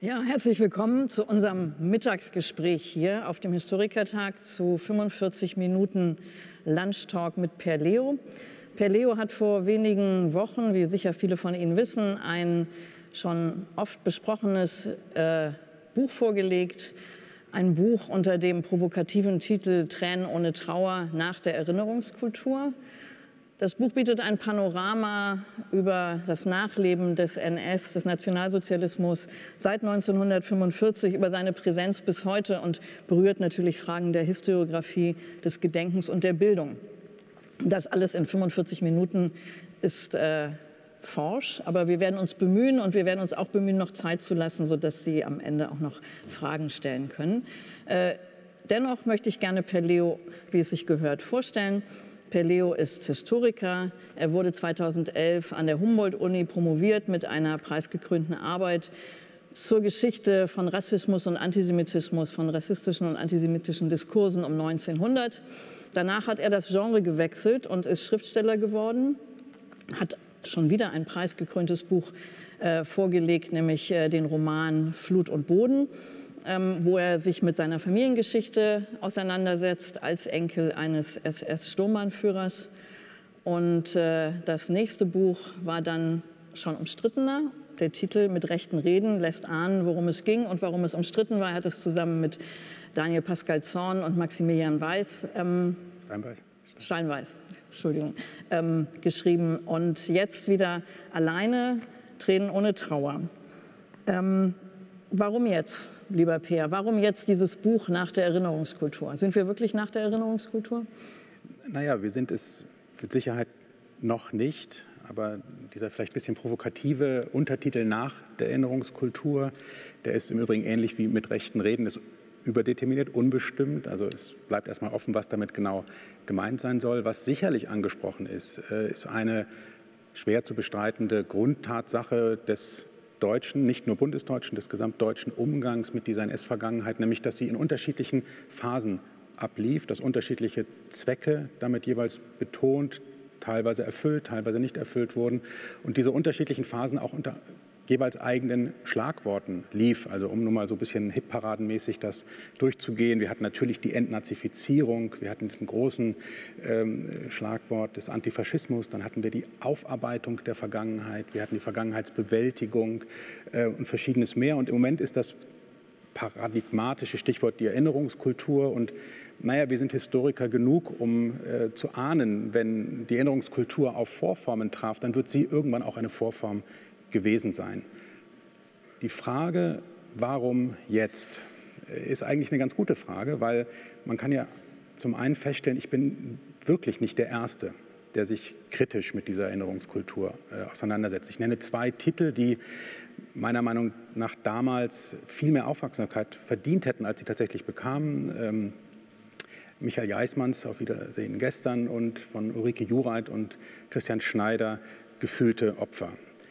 Ja, herzlich willkommen zu unserem Mittagsgespräch hier auf dem Historikertag zu 45 Minuten Lunchtalk mit Per Leo. Per Leo hat vor wenigen Wochen, wie sicher viele von Ihnen wissen, ein schon oft besprochenes Buch vorgelegt. Ein Buch unter dem provokativen Titel Tränen ohne Trauer nach der Erinnerungskultur. Das Buch bietet ein Panorama über das Nachleben des NS, des Nationalsozialismus seit 1945, über seine Präsenz bis heute und berührt natürlich Fragen der Historiographie, des Gedenkens und der Bildung. Das alles in 45 Minuten ist forsch, aber wir werden uns bemühen und wir werden uns auch bemühen, noch Zeit zu lassen, sodass Sie am Ende auch noch Fragen stellen können. Dennoch möchte ich gerne Per Leo, wie es sich gehört, vorstellen. Per Leo ist Historiker. Er wurde 2011 an der Humboldt-Uni promoviert mit einer preisgekrönten Arbeit zur Geschichte von Rassismus und Antisemitismus, von rassistischen und antisemitischen Diskursen um 1900. Danach hat er das Genre gewechselt und ist Schriftsteller geworden, hat schon wieder ein preisgekröntes Buch vorgelegt, nämlich den Roman Flut und Boden, wo er sich mit seiner Familiengeschichte auseinandersetzt als Enkel eines SS-Sturmbannführers. Und das nächste Buch war dann schon umstrittener. Der Titel Mit rechten Reden lässt ahnen, worum es ging und warum es umstritten war. Er hat es zusammen mit Daniel Pascal Zorn und Maximilian Weiß, Steinweiß, Entschuldigung, geschrieben. Und jetzt wieder alleine, Tränen ohne Trauer. Warum jetzt, lieber Per? Warum jetzt dieses Buch nach der Erinnerungskultur? Sind wir wirklich nach der Erinnerungskultur? Naja, wir sind es mit Sicherheit noch nicht. Aber dieser vielleicht ein bisschen provokative Untertitel nach der Erinnerungskultur, der ist im Übrigen ähnlich wie mit rechten Reden, ist überdeterminiert, unbestimmt. Also es bleibt erstmal offen, was damit genau gemeint sein soll. Was sicherlich angesprochen ist, ist eine schwer zu bestreitende Grundtatsache des deutschen, nicht nur bundesdeutschen, des gesamtdeutschen Umgangs mit dieser NS-Vergangenheit, nämlich dass sie in unterschiedlichen Phasen ablief, dass unterschiedliche Zwecke damit jeweils betont, teilweise erfüllt, teilweise nicht erfüllt wurden und diese unterschiedlichen Phasen auch unter jeweils eigenen Schlagworten lief, also um nun mal so ein bisschen hitparadenmäßig das durchzugehen. Wir hatten natürlich die Entnazifizierung, wir hatten diesen großen Schlagwort des Antifaschismus, dann hatten wir die Aufarbeitung der Vergangenheit, wir hatten die Vergangenheitsbewältigung und Verschiedenes mehr. Und im Moment ist das paradigmatische Stichwort die Erinnerungskultur. Und naja, wir sind Historiker genug, um zu ahnen, wenn die Erinnerungskultur auf Vorformen traf, dann wird sie irgendwann auch eine Vorform gewesen sein. Die Frage, warum jetzt, ist eigentlich eine ganz gute Frage, weil man kann ja zum einen feststellen, ich bin wirklich nicht der Erste, der sich kritisch mit dieser Erinnerungskultur auseinandersetzt. Ich nenne zwei Titel, die meiner Meinung nach damals viel mehr Aufmerksamkeit verdient hätten, als sie tatsächlich bekamen. Michael Jaismans, auf Wiedersehen gestern, und von Ulrike Jureit und Christian Schneider, Gefühlte Opfer.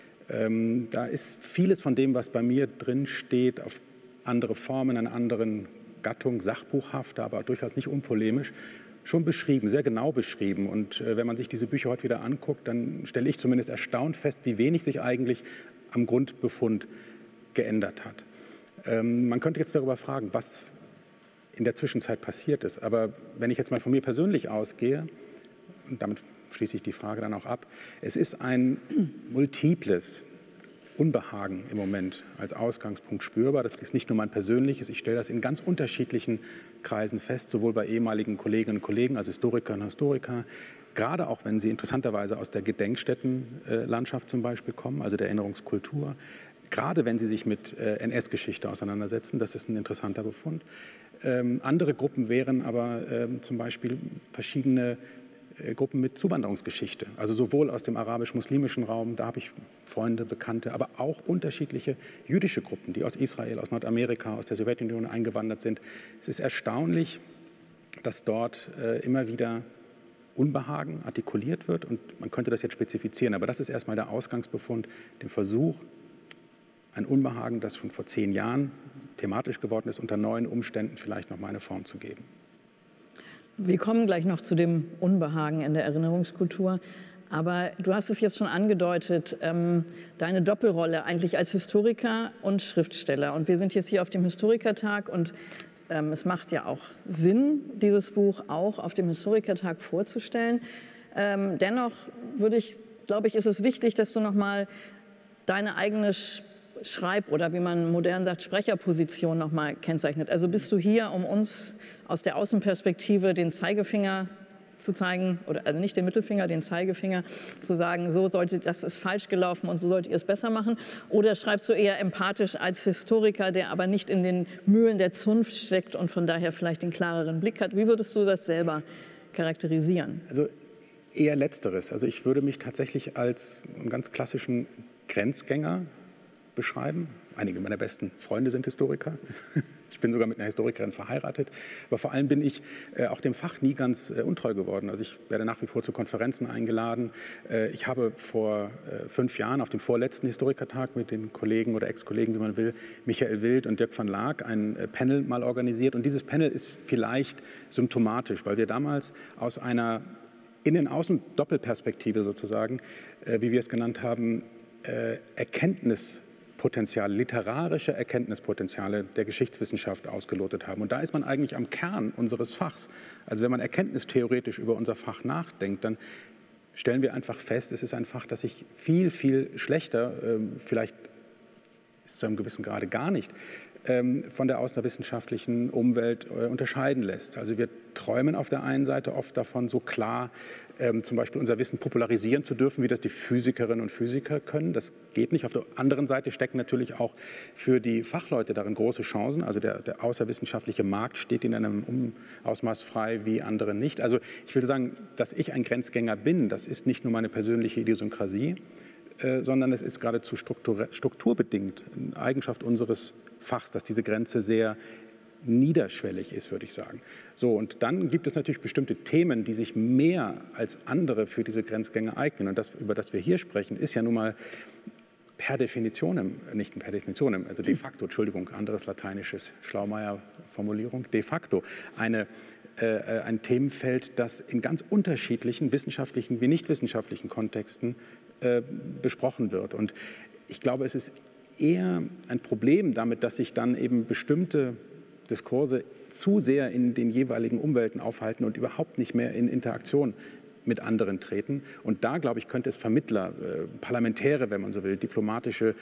Da ist vieles von dem, was bei mir drin steht, auf andere Formen, einer anderen Gattung, sachbuchhafter, aber durchaus nicht unpolemisch, schon beschrieben, sehr genau beschrieben. Und wenn man sich diese Bücher heute wieder anguckt, dann stelle ich zumindest erstaunt fest, wie wenig sich eigentlich am Grundbefund geändert hat. Man könnte jetzt darüber fragen, was in der Zwischenzeit passiert ist. Aber wenn ich jetzt mal von mir persönlich ausgehe, und damit schließe ich die Frage dann auch ab, es ist ein multiples Unbehagen im Moment als Ausgangspunkt spürbar. Das ist nicht nur mein persönliches, ich stelle das in ganz unterschiedlichen Kreisen fest, sowohl bei ehemaligen Kolleginnen und Kollegen, als Historikerinnen und Historiker, gerade auch wenn sie interessanterweise aus der Gedenkstättenlandschaft zum Beispiel kommen, also der Erinnerungskultur, gerade wenn sie sich mit NS-Geschichte auseinandersetzen, das ist ein interessanter Befund. Andere Gruppen wären aber zum Beispiel verschiedene Gruppen mit Zuwanderungsgeschichte, also sowohl aus dem arabisch-muslimischen Raum, da habe ich Freunde, Bekannte, aber auch unterschiedliche jüdische Gruppen, die aus Israel, aus Nordamerika, aus der Sowjetunion eingewandert sind. Es ist erstaunlich, dass dort immer wieder Unbehagen artikuliert wird und man könnte das jetzt spezifizieren, aber das ist erstmal der Ausgangsbefund, den Versuch, ein Unbehagen, das schon vor 10 Jahren thematisch geworden ist, unter neuen Umständen vielleicht noch mal eine Form zu geben. Wir kommen gleich noch zu dem Unbehagen in der Erinnerungskultur. Aber du hast es jetzt schon angedeutet, deine Doppelrolle eigentlich als Historiker und Schriftsteller. Und wir sind jetzt hier auf dem Historikertag und es macht ja auch Sinn, dieses Buch auch auf dem Historikertag vorzustellen. Dennoch glaube ich, ist es wichtig, dass du noch mal deine eigene Schreib- oder wie man modern sagt, Sprecherposition noch mal kennzeichnet. Also bist du hier, um uns aus der Außenperspektive den Zeigefinger zu zeigen, oder also nicht den Mittelfinger, den Zeigefinger, zu sagen, das ist falsch gelaufen und so solltet ihr es besser machen? Oder schreibst du eher empathisch als Historiker, der aber nicht in den Mühlen der Zunft steckt und von daher vielleicht den klareren Blick hat? Wie würdest du das selber charakterisieren? Also eher Letzteres. Also ich würde mich tatsächlich als einen ganz klassischen Grenzgänger beschreiben. Einige meiner besten Freunde sind Historiker. Ich bin sogar mit einer Historikerin verheiratet. Aber vor allem bin ich auch dem Fach nie ganz untreu geworden. Also ich werde nach wie vor zu Konferenzen eingeladen. Ich habe vor 5 Jahren auf dem vorletzten Historikertag mit den Kollegen oder Ex-Kollegen, wie man will, Michael Wild und Dirk van Laak, ein Panel mal organisiert. Und dieses Panel ist vielleicht symptomatisch, weil wir damals aus einer Innen-Außen-Doppelperspektive sozusagen, wie wir es genannt haben, literarische Erkenntnispotenziale der Geschichtswissenschaft ausgelotet haben. Und da ist man eigentlich am Kern unseres Fachs. Also wenn man erkenntnistheoretisch über unser Fach nachdenkt, dann stellen wir einfach fest, es ist ein Fach, das sich viel, viel schlechter, vielleicht ist zu einem gewissen Grade gar nicht, von der außerwissenschaftlichen Umwelt unterscheiden lässt. Also wir träumen auf der einen Seite oft davon, so klar zum Beispiel unser Wissen popularisieren zu dürfen, wie das die Physikerinnen und Physiker können. Das geht nicht. Auf der anderen Seite stecken natürlich auch für die Fachleute darin große Chancen. Also der außerwissenschaftliche Markt steht in einem Ausmaß frei wie andere nicht. Also ich würde sagen, dass ich ein Grenzgänger bin, das ist nicht nur meine persönliche Idiosynkrasie, sondern es ist geradezu strukturbedingt, eine Eigenschaft unseres Fachs, dass diese Grenze sehr niederschwellig ist, würde ich sagen. So, und dann gibt es natürlich bestimmte Themen, die sich mehr als andere für diese Grenzgänge eignen. Und das, über das wir hier sprechen, ist ja nun mal per Definitionem, nicht per Definitionem, also de facto, Entschuldigung, anderes lateinisches Schlaumeier-Formulierung, de facto ein Themenfeld, das in ganz unterschiedlichen wissenschaftlichen wie nicht wissenschaftlichen Kontexten besprochen wird. Und ich glaube, es ist eher ein Problem damit, dass sich dann eben bestimmte Diskurse zu sehr in den jeweiligen Umwelten aufhalten und überhaupt nicht mehr in Interaktion mit anderen treten. Und da, glaube ich, könnte es Vermittler, Parlamentäre, wenn man so will, diplomatische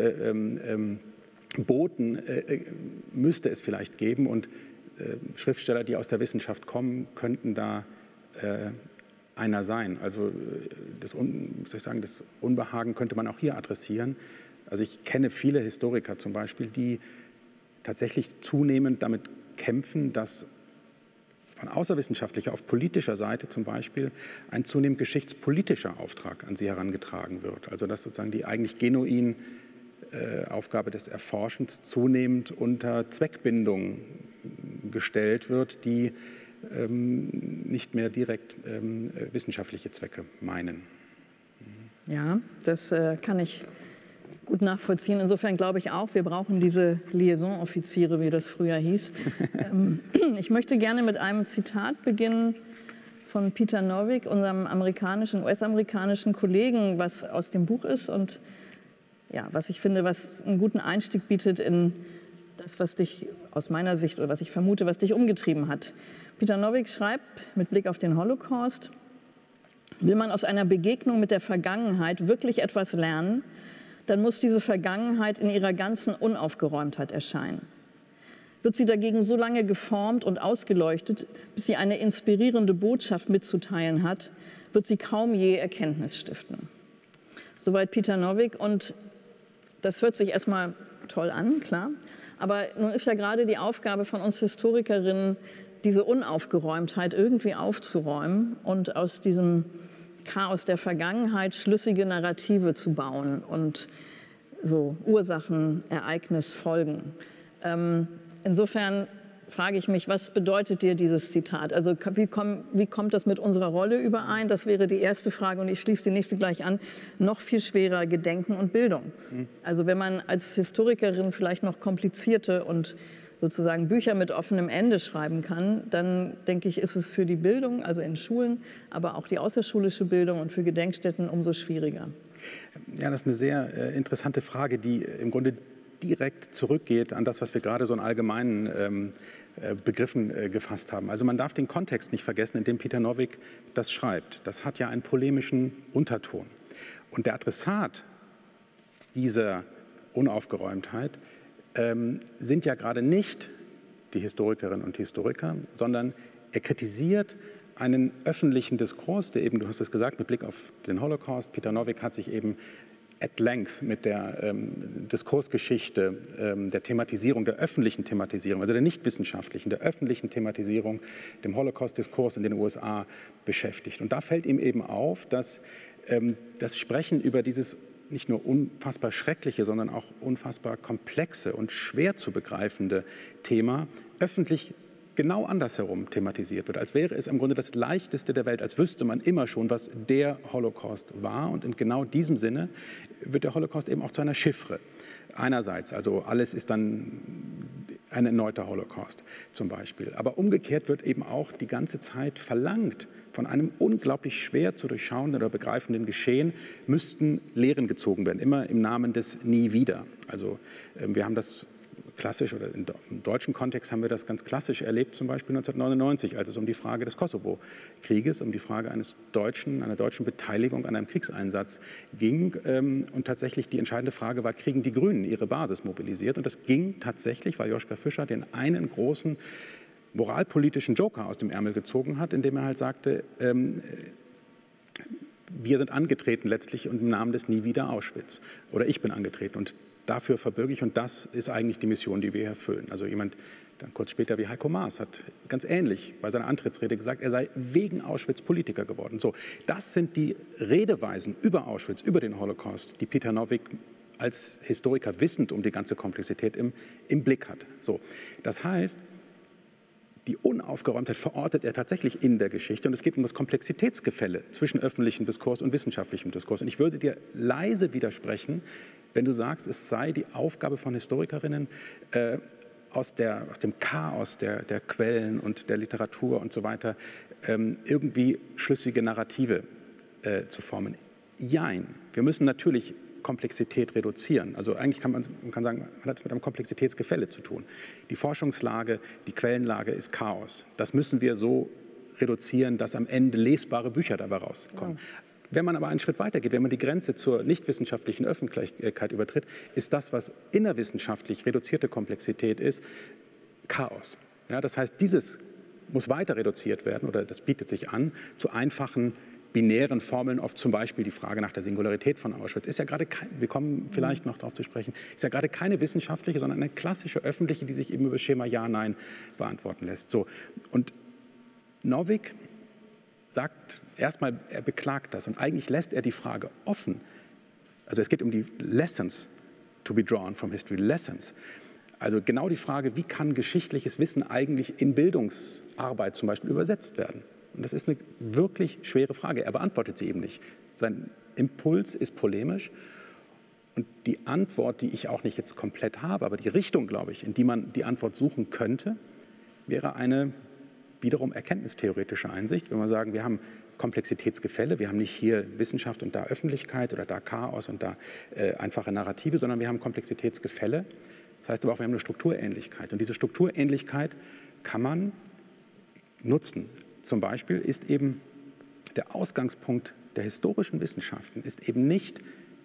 Boten, müsste es vielleicht geben. Und Schriftsteller, die aus der Wissenschaft kommen, könnten da einer sein. Also das Unbehagen könnte man auch hier adressieren. Also ich kenne viele Historiker zum Beispiel, die tatsächlich zunehmend damit kämpfen, dass von außerwissenschaftlicher auf politischer Seite zum Beispiel ein zunehmend geschichtspolitischer Auftrag an sie herangetragen wird. Also dass sozusagen die eigentlich genuine Aufgabe des Erforschens zunehmend unter Zweckbindung gestellt wird, die nicht mehr direkt wissenschaftliche Zwecke meinen. Ja, das kann ich gut nachvollziehen. Insofern glaube ich auch, wir brauchen diese Liaison-Offiziere, wie das früher hieß. Ich möchte gerne mit einem Zitat beginnen von Peter Novick, unserem US-amerikanischen Kollegen, was aus dem Buch ist und ja, was ich finde, was einen guten Einstieg bietet in das, was dich aus meiner Sicht oder was ich vermute, was dich umgetrieben hat. Peter Novick schreibt mit Blick auf den Holocaust: Will man aus einer Begegnung mit der Vergangenheit wirklich etwas lernen, dann muss diese Vergangenheit in ihrer ganzen Unaufgeräumtheit erscheinen. Wird sie dagegen so lange geformt und ausgeleuchtet, bis sie eine inspirierende Botschaft mitzuteilen hat, wird sie kaum je Erkenntnis stiften. Soweit Peter Novick. Und das hört sich erstmal toll an, klar. Aber nun ist ja gerade die Aufgabe von uns Historikerinnen, diese Unaufgeräumtheit irgendwie aufzuräumen und aus diesem Chaos der Vergangenheit schlüssige Narrative zu bauen und so Ursachen, Ereignis, Folgen. Insofern frage ich mich, was bedeutet dir dieses Zitat? Also wie kommt das mit unserer Rolle überein? Das wäre die erste Frage und ich schließe die nächste gleich an. Noch viel schwerer Gedenken und Bildung. Also wenn man als Historikerin vielleicht noch komplizierte und sozusagen Bücher mit offenem Ende schreiben kann, dann denke ich, ist es für die Bildung, also in Schulen, aber auch die außerschulische Bildung und für Gedenkstätten umso schwieriger. Ja, das ist eine sehr interessante Frage, die im Grunde direkt zurückgeht an das, was wir gerade so in allgemeinen Begriffen gefasst haben. Also man darf den Kontext nicht vergessen, in dem Peter Novick das schreibt. Das hat ja einen polemischen Unterton. Und der Adressat dieser Unaufgeräumtheit sind ja gerade nicht die Historikerinnen und Historiker, sondern er kritisiert einen öffentlichen Diskurs, der eben, du hast es gesagt, mit Blick auf den Holocaust, Peter Novick hat sich eben at length mit der Diskursgeschichte, der Thematisierung, der öffentlichen Thematisierung, also der nicht wissenschaftlichen, der öffentlichen Thematisierung, dem Holocaust-Diskurs in den USA beschäftigt. Und da fällt ihm eben auf, dass das Sprechen über dieses nicht nur unfassbar schreckliche, sondern auch unfassbar komplexe und schwer zu begreifende Thema öffentlich genau andersherum thematisiert wird, als wäre es im Grunde das Leichteste der Welt, als wüsste man immer schon, was der Holocaust war. Und in genau diesem Sinne wird der Holocaust eben auch zu einer Chiffre. Einerseits, also alles ist dann ein erneuter Holocaust zum Beispiel. Aber umgekehrt wird eben auch die ganze Zeit verlangt, von einem unglaublich schwer zu durchschauenden oder begreifenden Geschehen müssten Lehren gezogen werden, immer im Namen des Nie wieder. Also wir haben das klassisch, oder im deutschen Kontext haben wir das ganz klassisch erlebt, zum Beispiel 1999, als es um die Frage des Kosovo-Krieges, um die Frage einer deutschen Beteiligung an einem Kriegseinsatz ging. Und tatsächlich die entscheidende Frage war, kriegen die Grünen ihre Basis mobilisiert? Und das ging tatsächlich, weil Joschka Fischer den einen großen moralpolitischen Joker aus dem Ärmel gezogen hat, indem er halt sagte, wir sind angetreten letztlich im Namen des Nie wieder Auschwitz. Oder ich bin angetreten und dafür verbürge ich, und das ist eigentlich die Mission, die wir erfüllen. Also jemand dann kurz später wie Heiko Maas hat ganz ähnlich bei seiner Antrittsrede gesagt, er sei wegen Auschwitz Politiker geworden. So, das sind die Redeweisen über Auschwitz, über den Holocaust, die Peter Novick als Historiker wissend um die ganze Komplexität im Blick hat. So, das heißt, die Unaufgeräumtheit verortet er tatsächlich in der Geschichte, und es geht um das Komplexitätsgefälle zwischen öffentlichem Diskurs und wissenschaftlichem Diskurs. Und ich würde dir leise widersprechen, wenn du sagst, es sei die Aufgabe von Historikerinnen, aus dem Chaos der Quellen und der Literatur und so weiter irgendwie schlüssige Narrative zu formen. Jein, wir müssen natürlich Komplexität reduzieren. Also eigentlich kann man sagen, man hat es mit einem Komplexitätsgefälle zu tun. Die Forschungslage, die Quellenlage ist Chaos. Das müssen wir so reduzieren, dass am Ende lesbare Bücher dabei rauskommen. Ja. Wenn man aber einen Schritt weiter geht, wenn man die Grenze zur nichtwissenschaftlichen Öffentlichkeit übertritt, ist das, was innerwissenschaftlich reduzierte Komplexität ist, Chaos. Ja, das heißt, dieses muss weiter reduziert werden, oder das bietet sich an, zu einfachen binären Formeln auf zum Beispiel die Frage nach der Singularität von Auschwitz. Ist ja gerade wir kommen vielleicht noch darauf zu sprechen, ist ja gerade keine wissenschaftliche, sondern eine klassische öffentliche, die sich eben über das Schema Ja, Nein beantworten lässt. So. Und Novick sagt erstmal, er beklagt das, und eigentlich lässt er die Frage offen. Also es geht um die Lessons to be drawn from history, Lessons. Also genau die Frage, wie kann geschichtliches Wissen eigentlich in Bildungsarbeit zum Beispiel übersetzt werden? Und das ist eine wirklich schwere Frage. Er beantwortet sie eben nicht. Sein Impuls ist polemisch. Und die Antwort, die ich auch nicht jetzt komplett habe, aber die Richtung, glaube ich, in die man die Antwort suchen könnte, wäre eine wiederum erkenntnistheoretische Einsicht. Wenn wir sagen, wir haben Komplexitätsgefälle, wir haben nicht hier Wissenschaft und da Öffentlichkeit oder da Chaos und da einfache Narrative, sondern wir haben Komplexitätsgefälle. Das heißt aber auch, wir haben eine Strukturähnlichkeit. Und diese Strukturähnlichkeit kann man nutzen. Zum Beispiel ist eben der Ausgangspunkt der historischen Wissenschaften ist eben nicht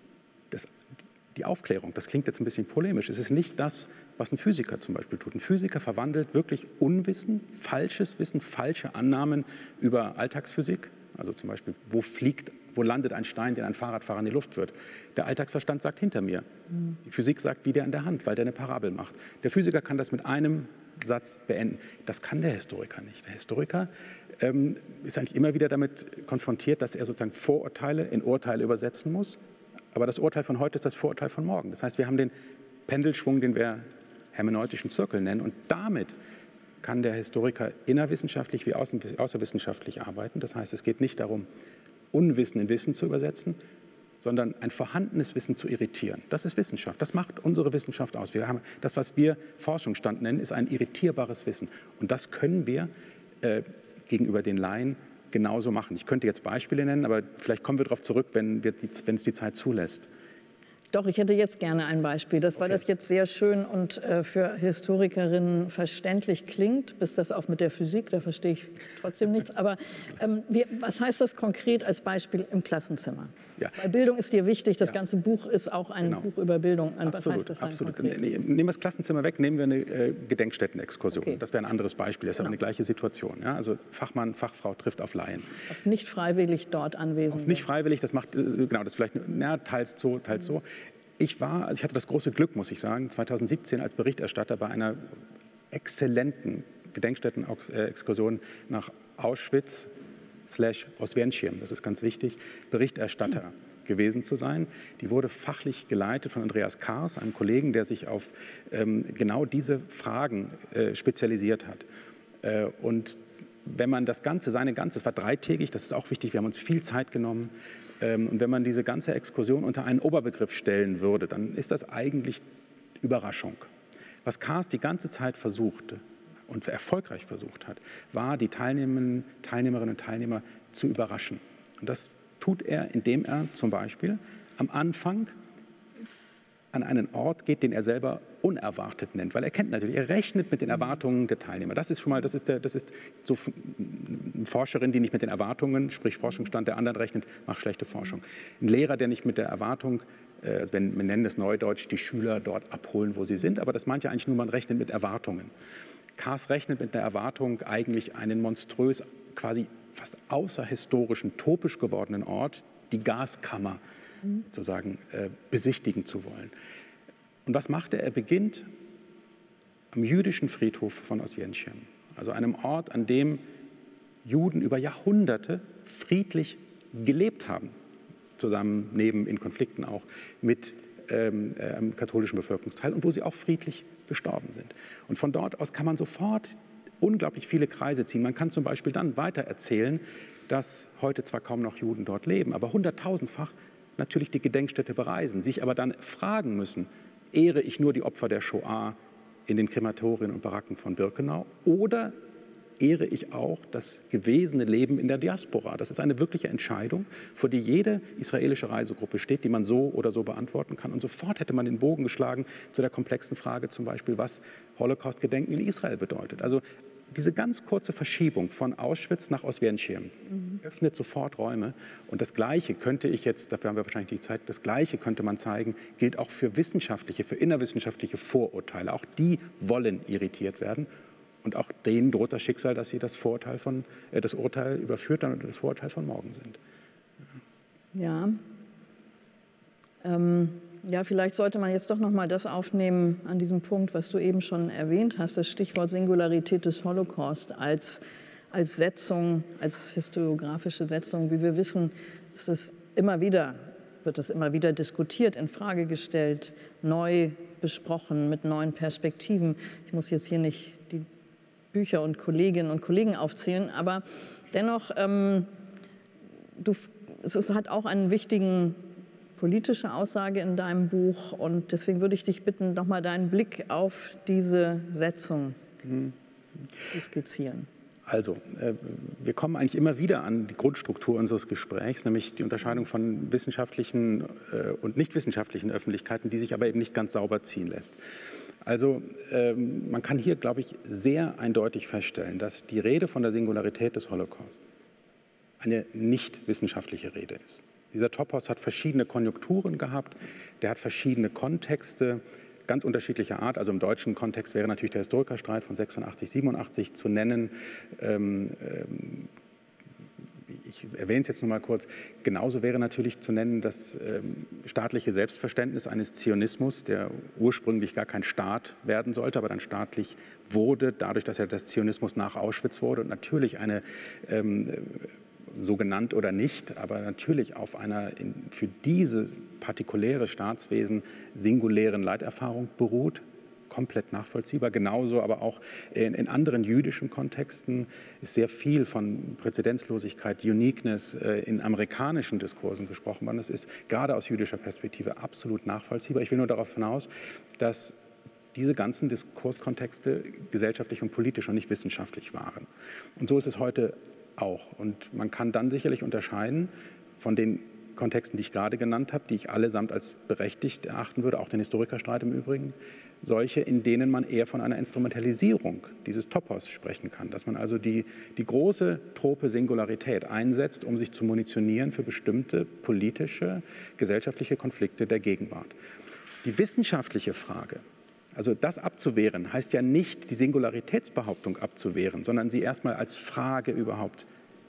die Aufklärung. Das klingt jetzt ein bisschen polemisch. Es ist nicht das, was ein Physiker zum Beispiel tut. Ein Physiker verwandelt wirklich Unwissen, falsches Wissen, falsche Annahmen über Alltagsphysik. Also zum Beispiel, wo landet ein Stein, den ein Fahrradfahrer in die Luft wird? Der Alltagsverstand sagt hinter mir. Die Physik sagt, wie der an der Hand, weil der eine Parabel macht. Der Physiker kann das mit einem Satz beenden. Das kann der Historiker nicht. Der Historiker ist eigentlich immer wieder damit konfrontiert, dass er sozusagen Vorurteile in Urteile übersetzen muss. Aber das Urteil von heute ist das Vorurteil von morgen. Das heißt, wir haben den Pendelschwung, den wir hermeneutischen Zirkel nennen. Und damit kann der Historiker innerwissenschaftlich wie außerwissenschaftlich arbeiten. Das heißt, es geht nicht darum, Unwissen in Wissen zu übersetzen, sondern ein vorhandenes Wissen zu irritieren. Das ist Wissenschaft. Das macht unsere Wissenschaft aus. Wir haben das, was wir Forschungsstand nennen, ist ein irritierbares Wissen. Und das können wir gegenüber den Laien genauso machen. Ich könnte jetzt Beispiele nennen, aber vielleicht kommen wir darauf zurück, wenn es die Zeit zulässt. Doch, ich hätte jetzt gerne ein Beispiel. Weil das jetzt sehr schön und für Historikerinnen verständlich klingt, bis das auch mit der Physik, da verstehe ich trotzdem nichts. Aber was heißt das konkret als Beispiel im Klassenzimmer? Ja. Weil Bildung ist dir wichtig, das ganze Buch ist auch ein Buch über Bildung. Was heißt das dann konkret? Nehmen wir das Klassenzimmer weg, nehmen wir eine Gedenkstättenexkursion. Okay. Das wäre ein anderes Beispiel, das ist aber eine gleiche Situation. Ja? Also Fachmann, Fachfrau trifft auf Laien. Auf nicht freiwillig dort anwesend. Auf nicht freiwillig, das macht, genau, das vielleicht, teils so, teils so. Ich hatte das große Glück, muss ich sagen, 2017 als Berichterstatter bei einer exzellenten Gedenkstätten-Exkursion nach Auschwitz/Oswiecim, das ist ganz wichtig, Berichterstatter gewesen zu sein. Die wurde fachlich geleitet von Andreas Kars, einem Kollegen, der sich auf genau diese Fragen spezialisiert hat. Und wenn man das Ganze, es war dreitägig, das ist auch wichtig, wir haben uns viel Zeit genommen. Und wenn man diese ganze Exkursion unter einen Oberbegriff stellen würde, dann ist das eigentlich Überraschung. Was Kars die ganze Zeit versuchte und erfolgreich versucht hat, war, die Teilnehmerinnen und Teilnehmer zu überraschen. Und das tut er, indem er zum Beispiel am Anfang an einen Ort geht, den er selber unerwartet nennt, weil er rechnet mit den Erwartungen der Teilnehmer. Das ist so eine Forscherin, die nicht mit den Erwartungen, sprich Forschungsstand der anderen rechnet, macht schlechte Forschung. Ein Lehrer, der nicht mit der Erwartung, wir nennen es neudeutsch, die Schüler dort abholen, wo sie sind, aber das meint ja eigentlich nur, man rechnet mit Erwartungen. Kars rechnet mit der Erwartung, eigentlich einen monströs, quasi fast außerhistorischen, topisch gewordenen Ort, die Gaskammer sozusagen besichtigen zu wollen. Und was macht er? Er beginnt am jüdischen Friedhof von Oswiecim, also einem Ort, an dem Juden über Jahrhunderte friedlich gelebt haben, zusammen in Konflikten auch mit einem katholischen Bevölkerungsteil und wo sie auch friedlich gestorben sind. Und von dort aus kann man sofort unglaublich viele Kreise ziehen. Man kann zum Beispiel dann weiter erzählen, dass heute zwar kaum noch Juden dort leben, aber hunderttausendfach natürlich die Gedenkstätte bereisen, sich aber dann fragen müssen, ehre ich nur die Opfer der Shoah in den Krematorien und Baracken von Birkenau oder ehre ich auch das gewesene Leben in der Diaspora? Das ist eine wirkliche Entscheidung, vor die jede israelische Reisegruppe steht, die man so oder so beantworten kann. Und sofort hätte man den Bogen geschlagen zu der komplexen Frage zum Beispiel, was Holocaust-Gedenken in Israel bedeutet. Also diese ganz kurze Verschiebung von Auschwitz nach Oswiecim öffnet sofort Räume. Und das Gleiche könnte ich jetzt, dafür haben wir wahrscheinlich die Zeit, das Gleiche könnte man zeigen, gilt auch für innerwissenschaftliche Vorurteile. Auch die wollen irritiert werden. Und auch denen droht das Schicksal, dass sie das Urteil überführt und das Vorurteil von morgen sind. Ja. Ja, vielleicht sollte man jetzt doch noch mal das aufnehmen an diesem Punkt, was du eben schon erwähnt hast, das Stichwort Singularität des Holocaust als Setzung, als historiografische Setzung. Wie wir wissen, wird es immer wieder diskutiert, in Frage gestellt, neu besprochen, mit neuen Perspektiven. Ich muss jetzt hier nicht die Bücher und Kolleginnen und Kollegen aufzählen, aber dennoch, es hat auch einen wichtigen politische Aussage in deinem Buch und deswegen würde ich dich bitten, nochmal deinen Blick auf diese Setzung zu skizzieren. Also, wir kommen eigentlich immer wieder an die Grundstruktur unseres Gesprächs, nämlich die Unterscheidung von wissenschaftlichen und nicht wissenschaftlichen Öffentlichkeiten, die sich aber eben nicht ganz sauber ziehen lässt. Also, man kann hier, glaube ich, sehr eindeutig feststellen, dass die Rede von der Singularität des Holocaust eine nicht wissenschaftliche Rede ist. Dieser Topos hat verschiedene Konjunkturen gehabt, der hat verschiedene Kontexte, ganz unterschiedlicher Art. Also im deutschen Kontext wäre natürlich der Historikerstreit von 86, 87 zu nennen. Ich erwähne es jetzt noch mal kurz. Genauso wäre natürlich zu nennen das staatliche Selbstverständnis eines Zionismus, der ursprünglich gar kein Staat werden sollte, aber dann staatlich wurde, dadurch, dass er das Zionismus nach Auschwitz wurde und natürlich eine so genannt oder nicht, aber natürlich auf einer für dieses partikuläre Staatswesen singulären Leiterfahrung beruht, komplett nachvollziehbar. Genauso aber auch in anderen jüdischen Kontexten ist sehr viel von Präzedenzlosigkeit, Uniqueness in amerikanischen Diskursen gesprochen worden. Das ist gerade aus jüdischer Perspektive absolut nachvollziehbar. Ich will nur darauf hinaus, dass diese ganzen Diskurskontexte gesellschaftlich und politisch und nicht wissenschaftlich waren. Und so ist es heute auch. Und man kann dann sicherlich unterscheiden von den Kontexten, die ich gerade genannt habe, die ich allesamt als berechtigt erachten würde, auch den Historikerstreit im Übrigen, solche, in denen man eher von einer Instrumentalisierung dieses Topos sprechen kann, dass man also die große Trope Singularität einsetzt, um sich zu munitionieren für bestimmte politische, gesellschaftliche Konflikte der Gegenwart. Die wissenschaftliche Frage, also das abzuwehren, heißt ja nicht, die Singularitätsbehauptung abzuwehren, sondern sie erstmal als Frage überhaupt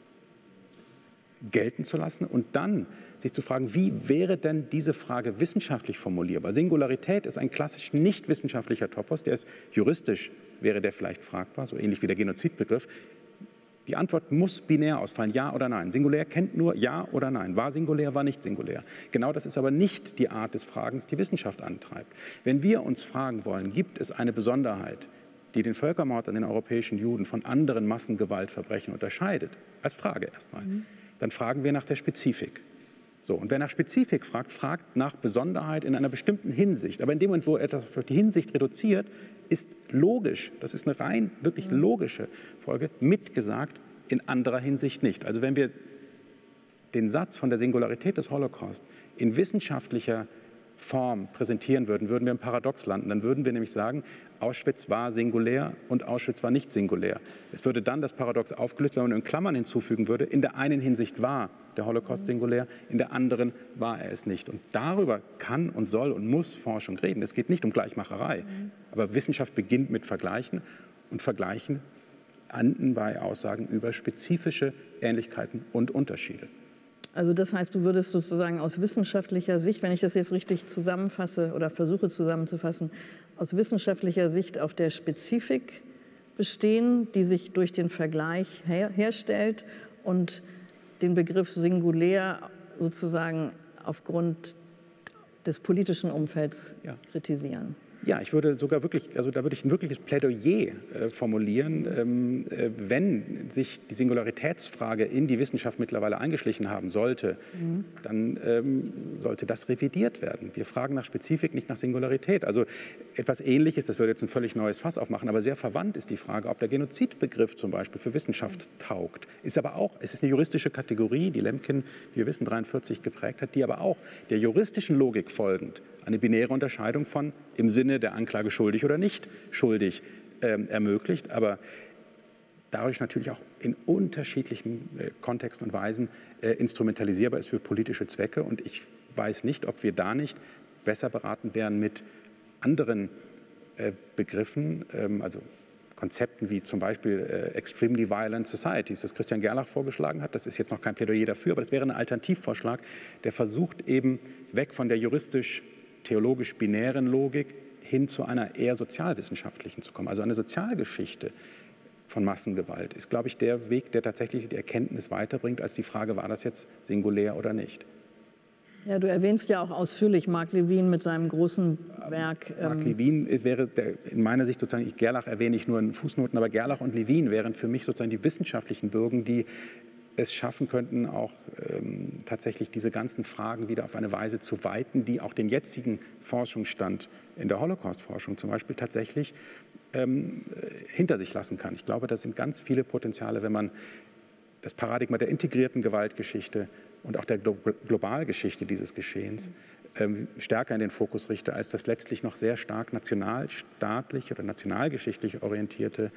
gelten zu lassen und dann sich zu fragen, wie wäre denn diese Frage wissenschaftlich formulierbar? Singularität ist ein klassisch nicht wissenschaftlicher Topos, der ist juristisch, wäre der vielleicht fragbar, so ähnlich wie der Genozidbegriff. Die Antwort muss binär ausfallen, ja oder nein. Singulär kennt nur ja oder nein. War singulär, war nicht singulär. Genau das ist aber nicht die Art des Fragens, die Wissenschaft antreibt. Wenn wir uns fragen wollen, gibt es eine Besonderheit, die den Völkermord an den europäischen Juden von anderen Massengewaltverbrechen unterscheidet, als Frage erstmal, dann fragen wir nach der Spezifik. So, und wer nach Spezifik fragt, fragt nach Besonderheit in einer bestimmten Hinsicht. Aber in dem Moment, wo er etwas auf die Hinsicht reduziert, ist logisch, das ist eine rein wirklich logische Folge, mitgesagt, in anderer Hinsicht nicht. Also wenn wir den Satz von der Singularität des Holocaust in wissenschaftlicher Form präsentieren würden, würden wir im Paradox landen. Dann würden wir nämlich sagen, Auschwitz war singulär und Auschwitz war nicht singulär. Es würde dann das Paradox aufgelöst, wenn man in Klammern hinzufügen würde, in der einen Hinsicht war der Holocaust singulär, in der anderen war er es nicht. Und darüber kann und soll und muss Forschung reden. Es geht nicht um Gleichmacherei, aber Wissenschaft beginnt mit Vergleichen und Vergleichen enden bei Aussagen über spezifische Ähnlichkeiten und Unterschiede. Also das heißt, du würdest sozusagen aus wissenschaftlicher Sicht, wenn ich das jetzt richtig zusammenfasse oder versuche zusammenzufassen, aus wissenschaftlicher Sicht auf der Spezifik bestehen, die sich durch den Vergleich herstellt und den Begriff singulär sozusagen aufgrund des politischen Umfelds kritisieren. Ja, ich würde sogar wirklich, also da würde ich ein wirkliches Plädoyer formulieren, wenn sich die Singularitätsfrage in die Wissenschaft mittlerweile eingeschlichen haben sollte, dann sollte das revidiert werden. Wir fragen nach Spezifik, nicht nach Singularität. Also etwas Ähnliches, das würde jetzt ein völlig neues Fass aufmachen, aber sehr verwandt ist die Frage, ob der Genozidbegriff zum Beispiel für Wissenschaft taugt. Ist aber auch, es ist eine juristische Kategorie, die Lemkin, wie wir wissen, 1943 geprägt hat, die aber auch der juristischen Logik folgend eine binäre Unterscheidung von im Sinne der Anklage schuldig oder nicht schuldig ermöglicht, aber dadurch natürlich auch in unterschiedlichen Kontexten und Weisen instrumentalisierbar ist für politische Zwecke. Und ich weiß nicht, ob wir da nicht besser beraten wären mit anderen Begriffen, also Konzepten wie zum Beispiel Extremely Violent Societies, das Christian Gerlach vorgeschlagen hat. Das ist jetzt noch kein Plädoyer dafür, aber das wäre ein Alternativvorschlag, der versucht eben weg von der juristisch-theologisch-binären Logik hin zu einer eher sozialwissenschaftlichen zu kommen. Also eine Sozialgeschichte von Massengewalt ist, glaube ich, der Weg, der tatsächlich die Erkenntnis weiterbringt, als die Frage, war das jetzt singulär oder nicht. Ja, du erwähnst ja auch ausführlich Marc Levin mit seinem großen Werk. Marc Levin wäre in meiner Sicht sozusagen, Gerlach erwähne ich nur in Fußnoten, aber Gerlach und Levin wären für mich sozusagen die wissenschaftlichen Bürgen, die es schaffen könnten, auch tatsächlich diese ganzen Fragen wieder auf eine Weise zu weiten, die auch den jetzigen Forschungsstand in der Holocaust-Forschung zum Beispiel tatsächlich hinter sich lassen kann. Ich glaube, das sind ganz viele Potenziale, wenn man das Paradigma der integrierten Gewaltgeschichte und auch der Globalgeschichte dieses Geschehens stärker in den Fokus richte, als das letztlich noch sehr stark nationalstaatlich oder nationalgeschichtlich orientierte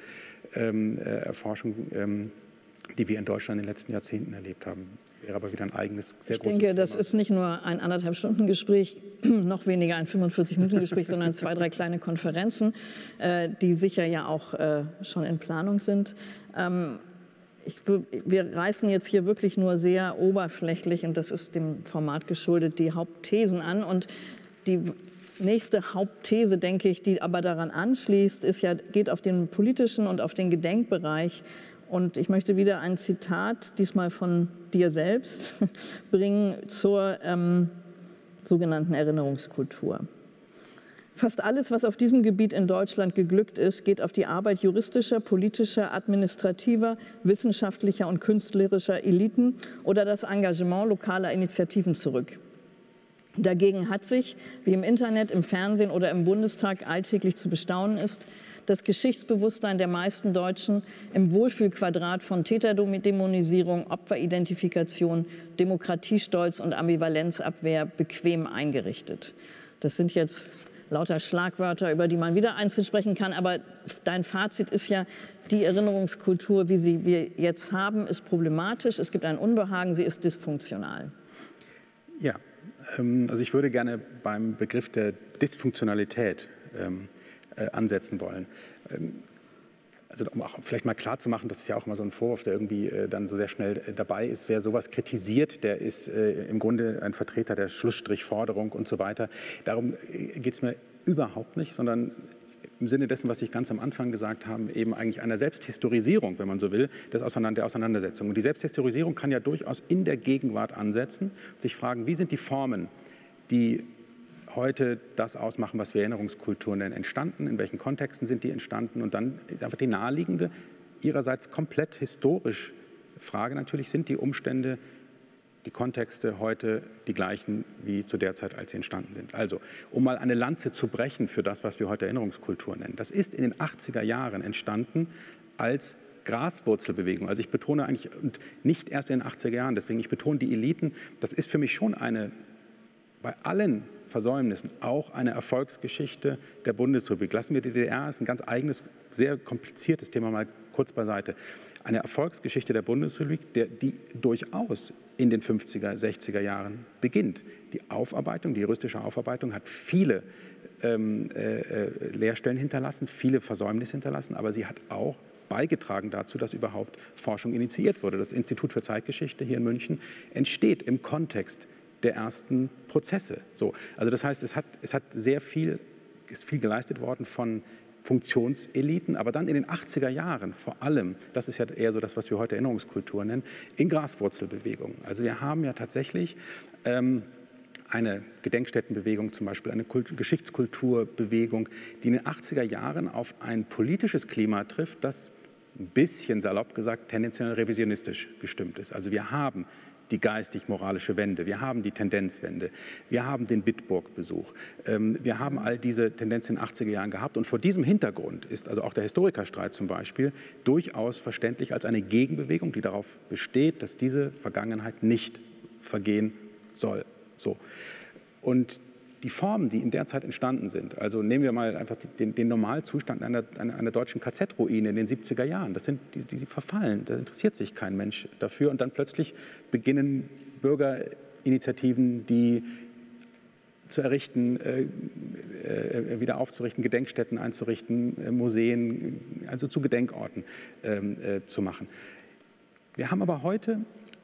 Erforschung, die wir in Deutschland in den letzten Jahrzehnten erlebt haben. Wäre aber wieder ein eigenes, sehr großes Thema. Ich denke, das Thema. ist nicht nur ein 1,5-Stunden-Gespräch, noch weniger ein 45-Minuten-Gespräch, sondern 2, 3 kleine Konferenzen, die sicher ja auch schon in Planung sind. Wir reißen jetzt hier wirklich nur sehr oberflächlich, und das ist dem Format geschuldet, die Hauptthesen an. Und die nächste Hauptthese, denke ich, die aber daran anschließt, geht auf den politischen und auf den Gedenkbereich. Und ich möchte wieder ein Zitat, diesmal von dir selbst, bringen zur sogenannten Erinnerungskultur. Fast alles, was auf diesem Gebiet in Deutschland geglückt ist, geht auf die Arbeit juristischer, politischer, administrativer, wissenschaftlicher und künstlerischer Eliten oder das Engagement lokaler Initiativen zurück. Dagegen hat sich, wie im Internet, im Fernsehen oder im Bundestag alltäglich zu bestaunen ist, das Geschichtsbewusstsein der meisten Deutschen im Wohlfühlquadrat von Täterdämonisierung, Opferidentifikation, Demokratiestolz und Ambivalenzabwehr bequem eingerichtet. Das sind jetzt lauter Schlagwörter, über die man wieder einzeln sprechen kann. Aber dein Fazit ist ja, die Erinnerungskultur, wie wir jetzt haben, ist problematisch. Es gibt ein Unbehagen, sie ist dysfunktional. Ja, also ich würde gerne beim Begriff der Dysfunktionalität ansetzen wollen. Also um auch vielleicht mal klar zu machen, das ist ja auch immer so ein Vorwurf, der irgendwie dann so sehr schnell dabei ist. Wer sowas kritisiert, der ist im Grunde ein Vertreter der Schlussstrichforderung und so weiter. Darum geht es mir überhaupt nicht, sondern im Sinne dessen, was ich ganz am Anfang gesagt habe, eben eigentlich einer Selbsthistorisierung, wenn man so will, der Auseinandersetzung. Und die Selbsthistorisierung kann ja durchaus in der Gegenwart ansetzen, sich fragen, wie sind die Formen, die heute das ausmachen, was wir Erinnerungskultur nennen, entstanden, in welchen Kontexten sind die entstanden und dann ist einfach die naheliegende, ihrerseits komplett historisch Frage natürlich, sind die Umstände, die Kontexte heute die gleichen wie zu der Zeit, als sie entstanden sind. Also, um mal eine Lanze zu brechen für das, was wir heute Erinnerungskultur nennen. Das ist in den 80er Jahren entstanden als Graswurzelbewegung. Also ich betone eigentlich, und nicht erst in den 80er Jahren, deswegen ich betone die Eliten, das ist für mich schon eine, bei allen Versäumnissen auch eine Erfolgsgeschichte der Bundesrepublik. Lassen wir die DDR, ist ein ganz eigenes, sehr kompliziertes Thema mal kurz beiseite. Eine Erfolgsgeschichte der Bundesrepublik, die durchaus in den 50er, 60er Jahren beginnt. Die Aufarbeitung, die juristische Aufarbeitung hat viele Leerstellen hinterlassen, viele Versäumnisse hinterlassen, aber sie hat auch beigetragen dazu, dass überhaupt Forschung initiiert wurde. Das Institut für Zeitgeschichte hier in München entsteht im Kontext der ersten Prozesse. So, also das heißt, es hat sehr viel, ist viel geleistet worden von Funktionseliten, aber dann in den 80er Jahren vor allem, das ist ja eher so das, was wir heute Erinnerungskultur nennen, in Graswurzelbewegungen. Also wir haben ja tatsächlich eine Gedenkstättenbewegung, zum Beispiel eine Geschichtskulturbewegung, die in den 80er Jahren auf ein politisches Klima trifft, das ein bisschen salopp gesagt tendenziell revisionistisch gestimmt ist. Also wir haben die geistig-moralische Wende, wir haben die Tendenzwende, wir haben den Bitburg-Besuch, wir haben all diese Tendenzen in den 80er Jahren gehabt und vor diesem Hintergrund ist also auch der Historikerstreit zum Beispiel durchaus verständlich als eine Gegenbewegung, die darauf besteht, dass diese Vergangenheit nicht vergehen soll. So. Und die Formen, die in der Zeit entstanden sind, also nehmen wir mal einfach den Normalzustand einer deutschen KZ-Ruine in den 70er Jahren, das sind die verfallen, da interessiert sich kein Mensch dafür und dann plötzlich beginnen Bürgerinitiativen, die zu errichten, wieder aufzurichten, Gedenkstätten einzurichten, Museen, also zu Gedenkorten zu machen. Wir haben aber heute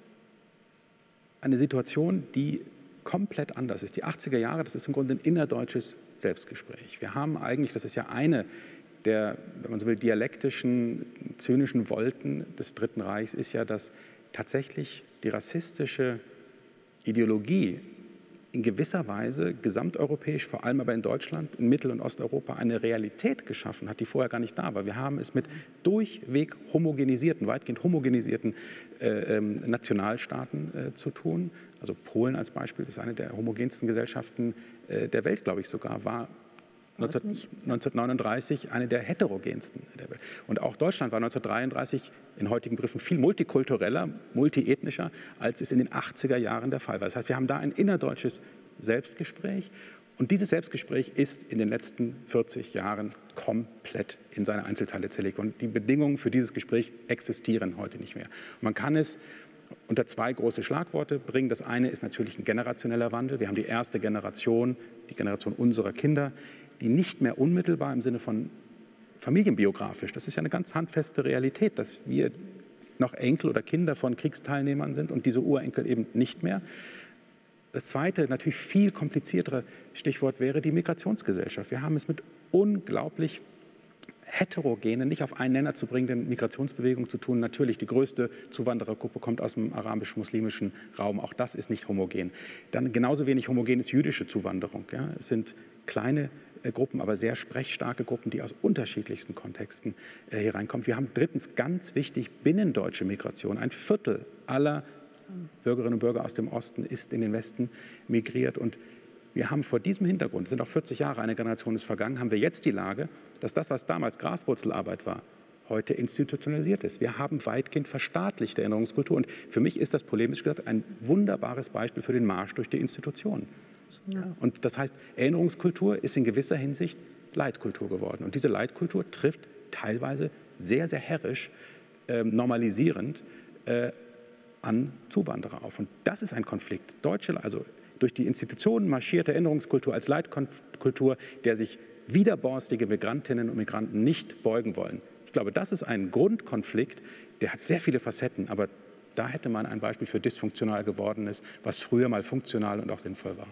eine Situation, die komplett anders ist. Die 80er Jahre, das ist im Grunde ein innerdeutsches Selbstgespräch. Wir haben eigentlich, das ist ja eine der, wenn man so will, dialektischen, zynischen Wolken des Dritten Reichs, ist ja, dass tatsächlich die rassistische Ideologie in gewisser Weise gesamteuropäisch, vor allem aber in Deutschland, in Mittel- und Osteuropa, eine Realität geschaffen hat, die vorher gar nicht da war. Wir haben es mit durchweg homogenisierten, weitgehend homogenisierten Nationalstaaten zu tun. Also Polen als Beispiel ist eine der homogensten Gesellschaften der Welt, glaube ich sogar, war 1939 eine der heterogensten der Welt. Und auch Deutschland war 1933 in heutigen Begriffen viel multikultureller, multiethnischer, als es in den 80er Jahren der Fall war. Das heißt, wir haben da ein innerdeutsches Selbstgespräch und dieses Selbstgespräch ist in den letzten 40 Jahren komplett in seine Einzelteile zerlegt und die Bedingungen für dieses Gespräch existieren heute nicht mehr. Und man kann es unter zwei große Schlagworte bringen. Das eine ist natürlich ein generationeller Wandel. Wir haben die erste Generation, die Generation unserer Kinder, die nicht mehr unmittelbar im Sinne von familienbiografisch, das ist ja eine ganz handfeste Realität, dass wir noch Enkel oder Kinder von Kriegsteilnehmern sind und diese Urenkel eben nicht mehr. Das zweite, natürlich viel kompliziertere Stichwort wäre die Migrationsgesellschaft. Wir haben es mit unglaublich heterogene, nicht auf einen Nenner zu bringenden Migrationsbewegung zu tun. Natürlich, die größte Zuwanderergruppe kommt aus dem arabisch-muslimischen Raum. Auch das ist nicht homogen. Dann genauso wenig homogen ist jüdische Zuwanderung. Ja. Es sind kleine Gruppen, aber sehr sprechstarke Gruppen, die aus unterschiedlichsten Kontexten hier reinkommen. Wir haben drittens ganz wichtig binnendeutsche Migration. Ein Viertel aller Bürgerinnen und Bürger aus dem Osten ist in den Westen migriert. Und wir haben vor diesem Hintergrund, es sind auch 40 Jahre, eine Generation ist vergangen, haben wir jetzt die Lage, dass das, was damals Graswurzelarbeit war, heute institutionalisiert ist. Wir haben weitgehend verstaatlichte Erinnerungskultur. Und für mich ist das polemisch gesagt ein wunderbares Beispiel für den Marsch durch die Institutionen. Ja. Und das heißt, Erinnerungskultur ist in gewisser Hinsicht Leitkultur geworden. Und diese Leitkultur trifft teilweise sehr, sehr herrisch, normalisierend an Zuwanderer auf. Und das ist ein Konflikt. Also durch die Institutionen marschierte Erinnerungskultur als Leitkultur, der sich widerborstige Migrantinnen und Migranten nicht beugen wollen. Ich glaube, das ist ein Grundkonflikt, der hat sehr viele Facetten, aber da hätte man ein Beispiel für dysfunktional Gewordenes, was früher mal funktional und auch sinnvoll war.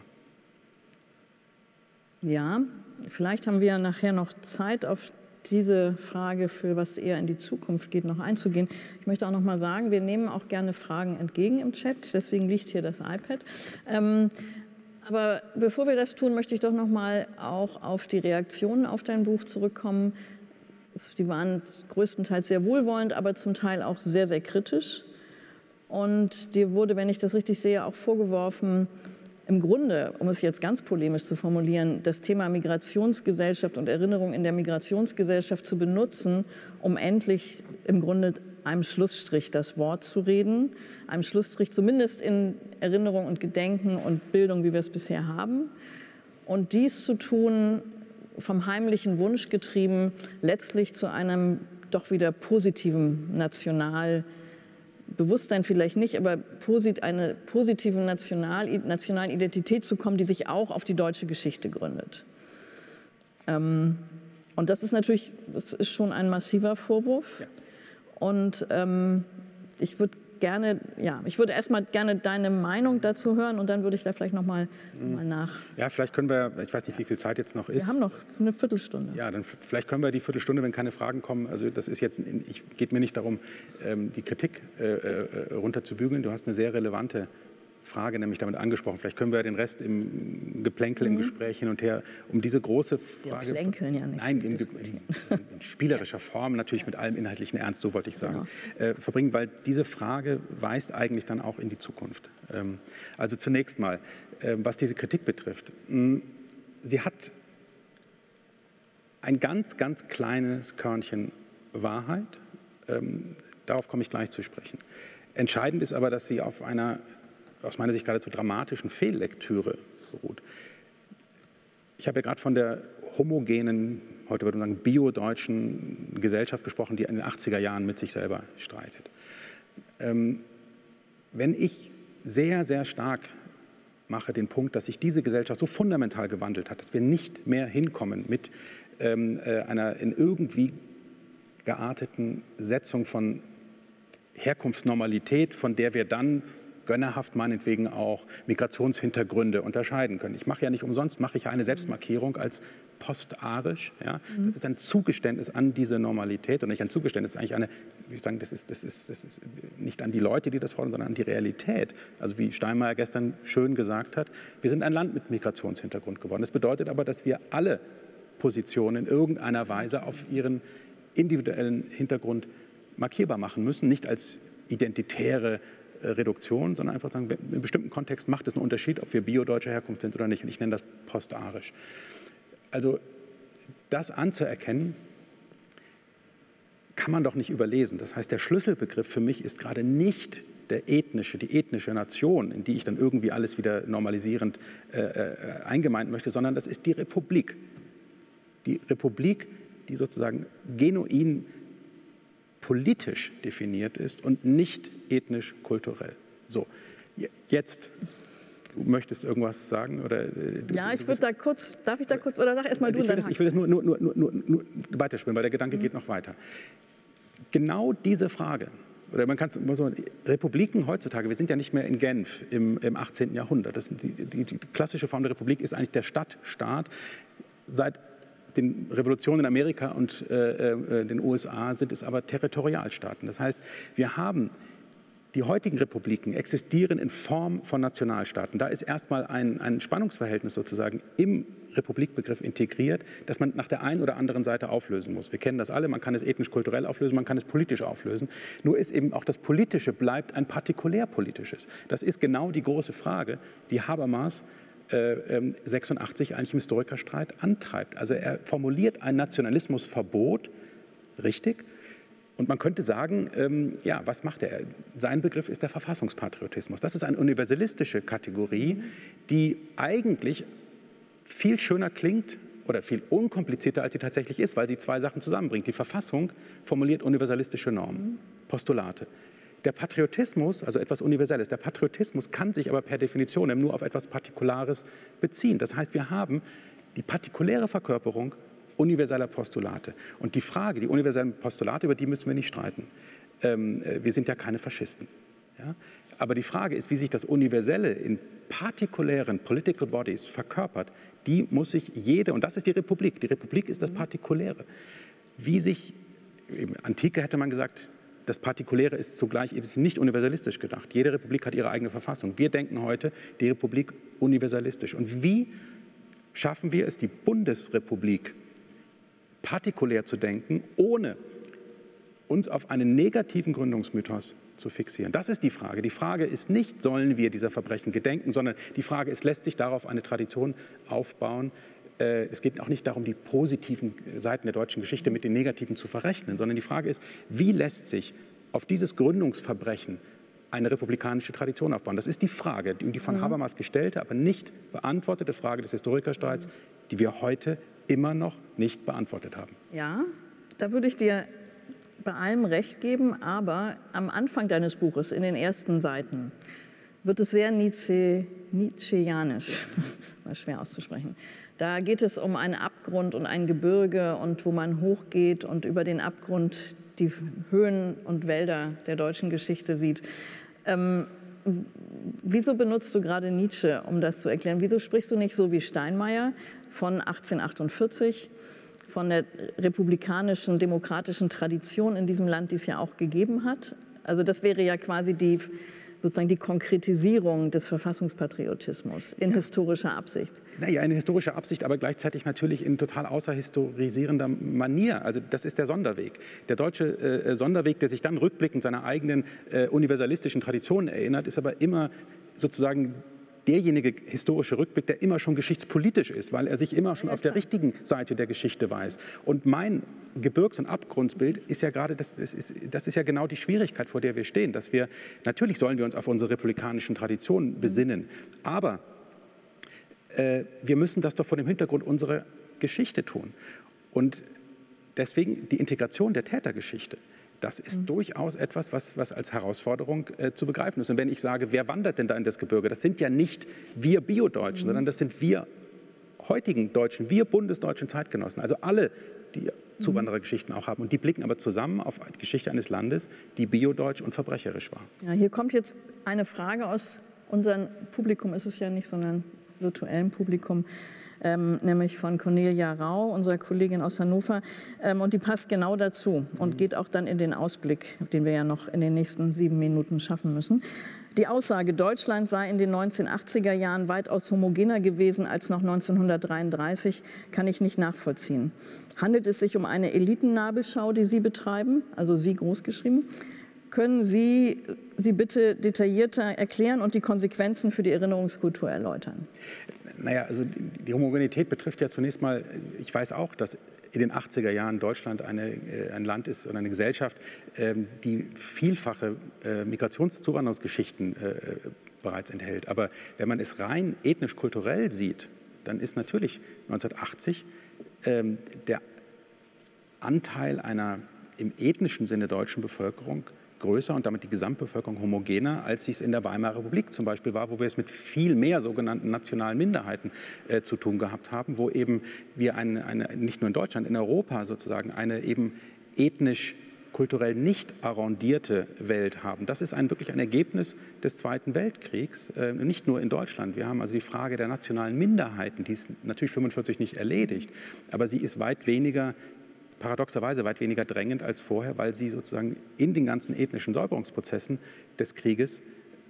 Ja, vielleicht haben wir nachher noch Zeit, auf diese Frage, für was eher in die Zukunft geht, noch einzugehen. Ich möchte auch noch mal sagen, wir nehmen auch gerne Fragen entgegen im Chat, deswegen liegt hier das iPad. Aber bevor wir das tun, möchte ich doch noch mal auch auf die Reaktionen auf dein Buch zurückkommen. Die waren größtenteils sehr wohlwollend, aber zum Teil auch sehr, sehr kritisch. Und dir wurde, wenn ich das richtig sehe, auch vorgeworfen, im Grunde, um es jetzt ganz polemisch zu formulieren, das Thema Migrationsgesellschaft und Erinnerung in der Migrationsgesellschaft zu benutzen, um endlich im Grunde einem Schlussstrich das Wort zu reden, einem Schlussstrich zumindest in Erinnerung und Gedenken und Bildung, wie wir es bisher haben. Und dies zu tun, vom heimlichen Wunsch getrieben, letztlich zu einem doch wieder positiven Nationalbewusstsein vielleicht nicht, aber eine positive nationalen Identität zu kommen, die sich auch auf die deutsche Geschichte gründet. Und das ist natürlich, das ist schon ein massiver Vorwurf. Ja. Und ich würde erst mal gerne deine Meinung dazu hören und dann würde ich da vielleicht noch mal nach. Ja, vielleicht können wir, ich weiß nicht, wie viel Zeit jetzt noch ist. Wir haben noch eine Viertelstunde. Ja, dann vielleicht können wir die Viertelstunde, wenn keine Fragen kommen, also das ist jetzt, geht mir nicht darum, die Kritik runterzubügeln. Du hast eine sehr relevante Frage nämlich damit angesprochen. Vielleicht können wir den Rest im Geplänkel, im Gespräch hin und her, um diese große Frage... Wir plänkeln ja nicht. Nein, in spielerischer Form, natürlich mit allem inhaltlichen Ernst, so wollte ich sagen, verbringen, weil diese Frage weist eigentlich dann auch in die Zukunft. Also zunächst mal, was diese Kritik betrifft. Sie hat ein ganz, ganz kleines Körnchen Wahrheit. Darauf komme ich gleich zu sprechen. Entscheidend ist aber, dass sie auf einer aus meiner Sicht geradezu dramatischen Fehllektüre beruht. Ich habe ja gerade von der homogenen, heute würde man sagen biodeutschen Gesellschaft gesprochen, die in den 80er Jahren mit sich selber streitet. Wenn ich sehr, sehr stark mache den Punkt, dass sich diese Gesellschaft so fundamental gewandelt hat, dass wir nicht mehr hinkommen mit einer in irgendwie gearteten Setzung von Herkunftsnormalität, von der wir dann gönnerhaft meinetwegen auch Migrationshintergründe unterscheiden können. Ich mache ja nicht umsonst, mache ich ja eine Selbstmarkierung als postarisch. Ja? Das ist ein Zugeständnis an diese Normalität und nicht ein Zugeständnis, das ist eigentlich das ist nicht an die Leute, die das fordern, sondern an die Realität. Also wie Steinmeier gestern schön gesagt hat, wir sind ein Land mit Migrationshintergrund geworden. Das bedeutet aber, dass wir alle Positionen in irgendeiner Weise auf ihren individuellen Hintergrund markierbar machen müssen, nicht als identitäre Reduktion, sondern einfach sagen, in einem bestimmten Kontext macht es einen Unterschied, ob wir biodeutscher Herkunft sind oder nicht. Und ich nenne das postarisch. Also das anzuerkennen, kann man doch nicht überlesen. Das heißt, der Schlüsselbegriff für mich ist gerade nicht die ethnische Nation, in die ich dann irgendwie alles wieder normalisierend eingemeint möchte, sondern das ist die Republik. Die Republik, die sozusagen genuin politisch definiert ist und nicht ethnisch-kulturell. So, jetzt, du möchtest irgendwas sagen? Oder, ja, ich würde da kurz, darf ich da kurz, oder sag erst mal du. Ich will das nur weiterspielen, weil der Gedanke geht noch weiter. Genau diese Frage, oder man kann es so, Republiken heutzutage, wir sind ja nicht mehr in Genf im 18. Jahrhundert. Die klassische Form der Republik ist eigentlich der Stadtstaat. Seit den Revolutionen in Amerika und den USA sind es aber Territorialstaaten. Das heißt, wir haben die heutigen Republiken existieren in Form von Nationalstaaten. Da ist erstmal ein Spannungsverhältnis sozusagen im Republikbegriff integriert, das man nach der einen oder anderen Seite auflösen muss. Wir kennen das alle, man kann es ethnisch-kulturell auflösen, man kann es politisch auflösen. Nur ist eben auch das Politische bleibt ein partikularpolitisches. Das ist genau die große Frage, die Habermas 86 eigentlich im Historikerstreit antreibt. Also er formuliert ein Nationalismusverbot, richtig? Und man könnte sagen, ja, was macht er? Sein Begriff ist der Verfassungspatriotismus. Das ist eine universalistische Kategorie, die eigentlich viel schöner klingt oder viel unkomplizierter, als sie tatsächlich ist, weil sie zwei Sachen zusammenbringt. Die Verfassung formuliert universalistische Normen, Postulate. Der Patriotismus, also etwas Universelles, der Patriotismus kann sich aber per Definition nur auf etwas Partikulares beziehen. Das heißt, wir haben die partikuläre Verkörperung universeller Postulate. Und die Frage, die universellen Postulate, über die müssen wir nicht streiten. Wir sind ja keine Faschisten. Ja? Aber die Frage ist, wie sich das Universelle in partikulären Political Bodies verkörpert, die muss sich jede, und das ist die Republik ist das Partikuläre. Wie sich, in der Antike hätte man gesagt, das Partikuläre ist zugleich eben nicht universalistisch gedacht. Jede Republik hat ihre eigene Verfassung. Wir denken heute die Republik universalistisch. Und wie schaffen wir es, die Bundesrepublik partikulär zu denken, ohne uns auf einen negativen Gründungsmythos zu fixieren? Das ist die Frage. Die Frage ist nicht, sollen wir dieser Verbrechen gedenken, sondern die Frage ist, lässt sich darauf eine Tradition aufbauen? Es geht auch nicht darum, die positiven Seiten der deutschen Geschichte mit den negativen zu verrechnen, sondern die Frage ist, wie lässt sich auf dieses Gründungsverbrechen eine republikanische Tradition aufbauen? Das ist die Frage, die von Habermas gestellte, aber nicht beantwortete Frage des Historikerstreits, die wir heute immer noch nicht beantwortet haben. Ja, da würde ich dir bei allem recht geben, aber am Anfang deines Buches, in den ersten Seiten, wird es sehr nietzscheanisch, war schwer auszusprechen. Da geht es um einen Abgrund und ein Gebirge und wo man hochgeht und über den Abgrund die Höhen und Wälder der deutschen Geschichte sieht. Wieso benutzt du gerade Nietzsche, um das zu erklären? Wieso sprichst du nicht so wie Steinmeier von 1848, von der republikanischen, demokratischen Tradition in diesem Land, die es ja auch gegeben hat? Also das wäre ja quasi sozusagen die Konkretisierung des Verfassungspatriotismus in historischer Absicht. Naja, in historischer Absicht, aber gleichzeitig natürlich in total außerhistorisierender Manier. Also das ist der Sonderweg. Der deutsche Sonderweg, der sich dann rückblickend seiner eigenen universalistischen Tradition erinnert, ist aber immer sozusagen derjenige historische Rückblick, der immer schon geschichtspolitisch ist, weil er sich immer schon auf der richtigen Seite der Geschichte weiß. Und mein Gebirgs- und Abgrundsbild ist ja gerade, das ist ja genau die Schwierigkeit, vor der wir stehen, dass wir, natürlich sollen wir uns auf unsere republikanischen Traditionen besinnen, aber wir müssen das doch vor dem Hintergrund unserer Geschichte tun. Und deswegen die Integration der Tätergeschichte, das ist durchaus etwas, was als Herausforderung zu begreifen ist. Und wenn ich sage, wer wandert denn da in das Gebirge? Das sind ja nicht wir Bio-Deutschen, sondern das sind wir heutigen Deutschen, wir bundesdeutschen Zeitgenossen. Also alle, die Zuwanderergeschichten auch haben. Und die blicken aber zusammen auf die Geschichte eines Landes, die biodeutsch und verbrecherisch war. Ja, hier kommt jetzt eine Frage aus unserem Publikum, ist es ja nicht, sondern virtuellem Publikum. Nämlich von Cornelia Rau, unserer Kollegin aus Hannover. Und die passt genau dazu und geht auch dann in den Ausblick, den wir ja noch in den nächsten 7 Minuten schaffen müssen. Die Aussage, Deutschland sei in den 1980er Jahren weitaus homogener gewesen als noch 1933, kann ich nicht nachvollziehen. Handelt es sich um eine Elitennabelschau, die Sie betreiben, also Sie großgeschrieben? Können Sie bitte detaillierter erklären und die Konsequenzen für die Erinnerungskultur erläutern? Naja, also die Homogenität betrifft ja zunächst mal, ich weiß auch, dass in den 80er Jahren Deutschland ein Land ist oder eine Gesellschaft, die vielfache Migrationszuwanderungsgeschichten bereits enthält. Aber wenn man es rein ethnisch-kulturell sieht, dann ist natürlich 1980 der Anteil einer im ethnischen Sinne deutschen Bevölkerung größer und damit die Gesamtbevölkerung homogener, als sie es in der Weimarer Republik zum Beispiel war, wo wir es mit viel mehr sogenannten nationalen Minderheiten zu tun gehabt haben, wo eben wir nicht nur in Deutschland, in Europa sozusagen eine eben ethnisch kulturell nicht arrondierte Welt haben. Das ist wirklich ein Ergebnis des Zweiten Weltkriegs, nicht nur in Deutschland. Wir haben also die Frage der nationalen Minderheiten, die ist natürlich 1945 nicht erledigt, aber sie ist paradoxerweise weit weniger drängend als vorher, weil sie sozusagen in den ganzen ethnischen Säuberungsprozessen des Krieges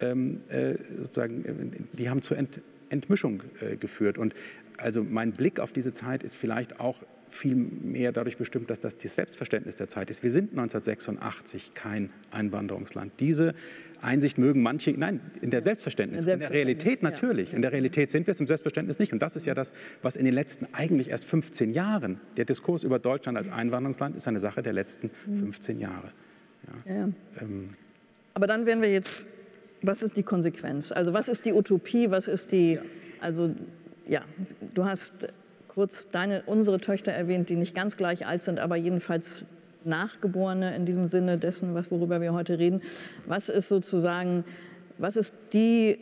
die haben zur Entmischung geführt. Und also mein Blick auf diese Zeit ist vielleicht auch viel mehr dadurch bestimmt, dass das Selbstverständnis der Zeit ist. Wir sind 1986 kein Einwanderungsland. Diese Einsicht mögen manche, nein, in der Selbstverständnis, in der Realität natürlich. In der Realität sind wir es, im Selbstverständnis nicht. Und das ist ja das, was in den letzten eigentlich erst 15 Jahren, der Diskurs über Deutschland als Einwanderungsland ist eine Sache der letzten 15 Jahre. Ja. Aber dann wären wir jetzt, was ist die Konsequenz? Also was ist die Utopie, was ist die, du hast kurz unsere Töchter erwähnt, die nicht ganz gleich alt sind, aber jedenfalls Nachgeborene in diesem Sinne dessen, worüber wir heute reden. Was ist sozusagen, was ist die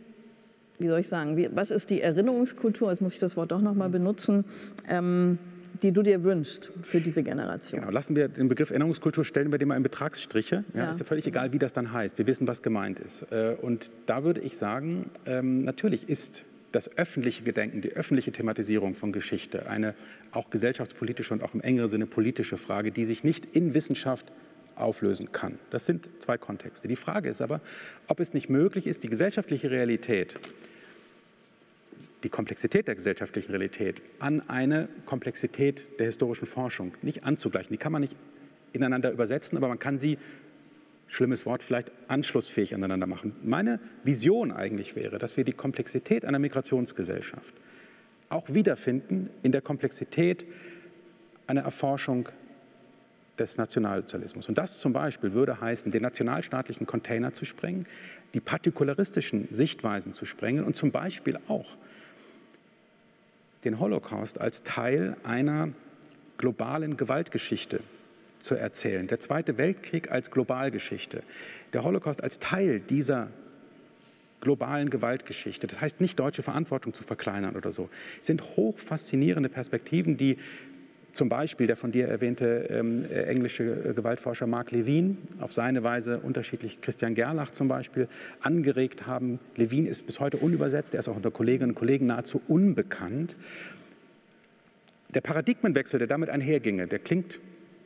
Erinnerungskultur, jetzt muss ich das Wort doch noch mal benutzen, die du dir wünschst für diese Generation? Genau, lassen wir den Begriff Erinnerungskultur, stellen wir dem mal in Betragsstriche. Ja, ist ja völlig egal, wie das dann heißt. Wir wissen, was gemeint ist. Und da würde ich sagen, natürlich ist das öffentliche Gedenken, die öffentliche Thematisierung von Geschichte eine auch gesellschaftspolitische und auch im engeren Sinne politische Frage, die sich nicht in Wissenschaft auflösen kann. Das sind zwei Kontexte. Die Frage ist aber, ob es nicht möglich ist, die gesellschaftliche Realität, die Komplexität der gesellschaftlichen Realität an eine Komplexität der historischen Forschung nicht anzugleichen. Die kann man nicht ineinander übersetzen, aber man kann sie, schlimmes Wort, vielleicht anschlussfähig aneinander machen. Meine Vision eigentlich wäre, dass wir die Komplexität einer Migrationsgesellschaft auch wiederfinden in der Komplexität einer Erforschung des Nationalsozialismus. Und das zum Beispiel würde heißen, den nationalstaatlichen Container zu sprengen, die partikularistischen Sichtweisen zu sprengen und zum Beispiel auch den Holocaust als Teil einer globalen Gewaltgeschichte zu erzählen. Der Zweite Weltkrieg als Globalgeschichte. Der Holocaust als Teil dieser globalen Gewaltgeschichte. Das heißt nicht, deutsche Verantwortung zu verkleinern oder so. Es sind hoch faszinierende Perspektiven, die zum Beispiel der von dir erwähnte englische Gewaltforscher Mark Levin auf seine Weise unterschiedlich, Christian Gerlach zum Beispiel, angeregt haben. Levin ist bis heute unübersetzt, er ist auch unter Kolleginnen und Kollegen nahezu unbekannt. Der Paradigmenwechsel, der damit einherginge, der klingt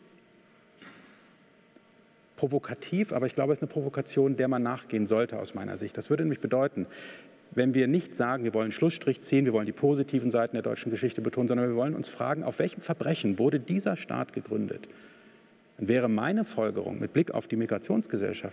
provokativ, aber ich glaube, es ist eine Provokation, der man nachgehen sollte aus meiner Sicht. Das würde nämlich bedeuten, wenn wir nicht sagen, wir wollen einen Schlussstrich ziehen, wir wollen die positiven Seiten der deutschen Geschichte betonen, sondern wir wollen uns fragen, auf welchem Verbrechen wurde dieser Staat gegründet? Dann wäre meine Folgerung mit Blick auf die Migrationsgesellschaft,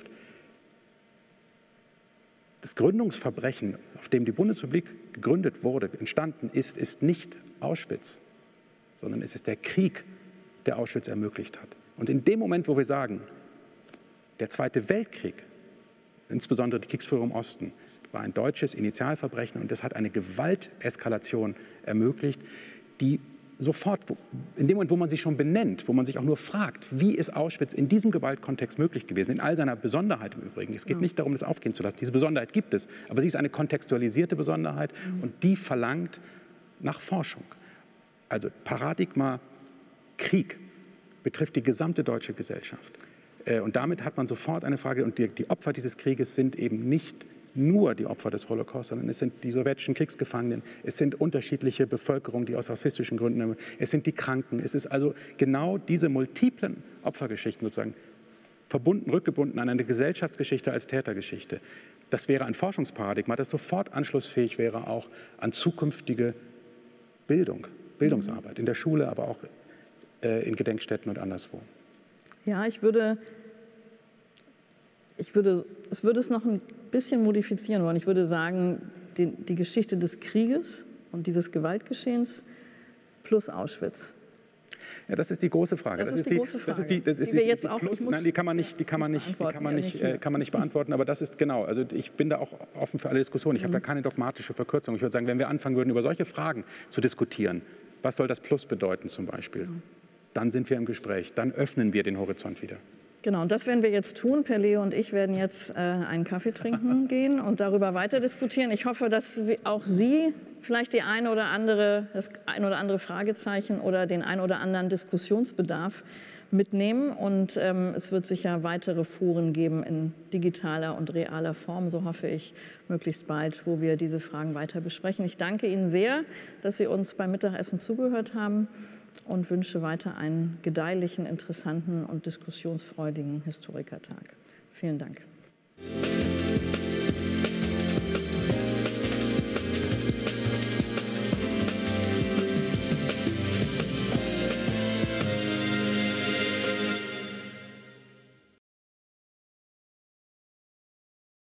das Gründungsverbrechen, auf dem die Bundesrepublik gegründet wurde, entstanden ist, ist nicht Auschwitz, sondern es ist der Krieg, der Auschwitz ermöglicht hat. Und in dem Moment, wo wir sagen, der Zweite Weltkrieg, insbesondere die Kriegsführung im Osten, war ein deutsches Initialverbrechen und das hat eine Gewalteskalation ermöglicht, die sofort, in dem Moment, wo man sich schon benennt, wo man sich auch nur fragt, wie ist Auschwitz in diesem Gewaltkontext möglich gewesen, in all seiner Besonderheit im Übrigen. Es geht nicht darum, das aufgehen zu lassen. Diese Besonderheit gibt es, aber sie ist eine kontextualisierte Besonderheit und die verlangt nach Forschung. Also Paradigma Krieg betrifft die gesamte deutsche Gesellschaft. Und damit hat man sofort eine Frage, und die Opfer dieses Krieges sind eben nicht nur die Opfer des Holocaust, sondern es sind die sowjetischen Kriegsgefangenen, es sind unterschiedliche Bevölkerungen, die aus rassistischen Gründen, es sind die Kranken, es ist also genau diese multiplen Opfergeschichten sozusagen verbunden, rückgebunden an eine Gesellschaftsgeschichte als Tätergeschichte. Das wäre ein Forschungsparadigma, das sofort anschlussfähig wäre auch an zukünftige Bildungsarbeit in der Schule, aber auch in Gedenkstätten und anderswo. Ja, ich würde es noch ein bisschen modifizieren wollen. Ich würde sagen, die Geschichte des Krieges und dieses Gewaltgeschehens plus Auschwitz. Ja, das ist die große Frage. Das ist die große Frage, die wir jetzt auch plus, nein, die kann man nicht beantworten, aber das ist genau. Also ich bin da auch offen für alle Diskussionen. Ich habe da keine dogmatische Verkürzung. Ich würde sagen, wenn wir anfangen würden, über solche Fragen zu diskutieren, was soll das Plus bedeuten zum Beispiel? Dann sind wir im Gespräch, dann öffnen wir den Horizont wieder. Genau, und das werden wir jetzt tun. Perleo und ich werden jetzt einen Kaffee trinken gehen und darüber weiter diskutieren. Ich hoffe, dass auch Sie vielleicht das ein oder andere Fragezeichen oder den ein oder anderen Diskussionsbedarf mitnehmen. Und es wird sicher weitere Foren geben in digitaler und realer Form, so hoffe ich, möglichst bald, wo wir diese Fragen weiter besprechen. Ich danke Ihnen sehr, dass Sie uns beim Mittagessen zugehört haben und wünsche weiter einen gedeihlichen, interessanten und diskussionsfreudigen Historikertag. Vielen Dank.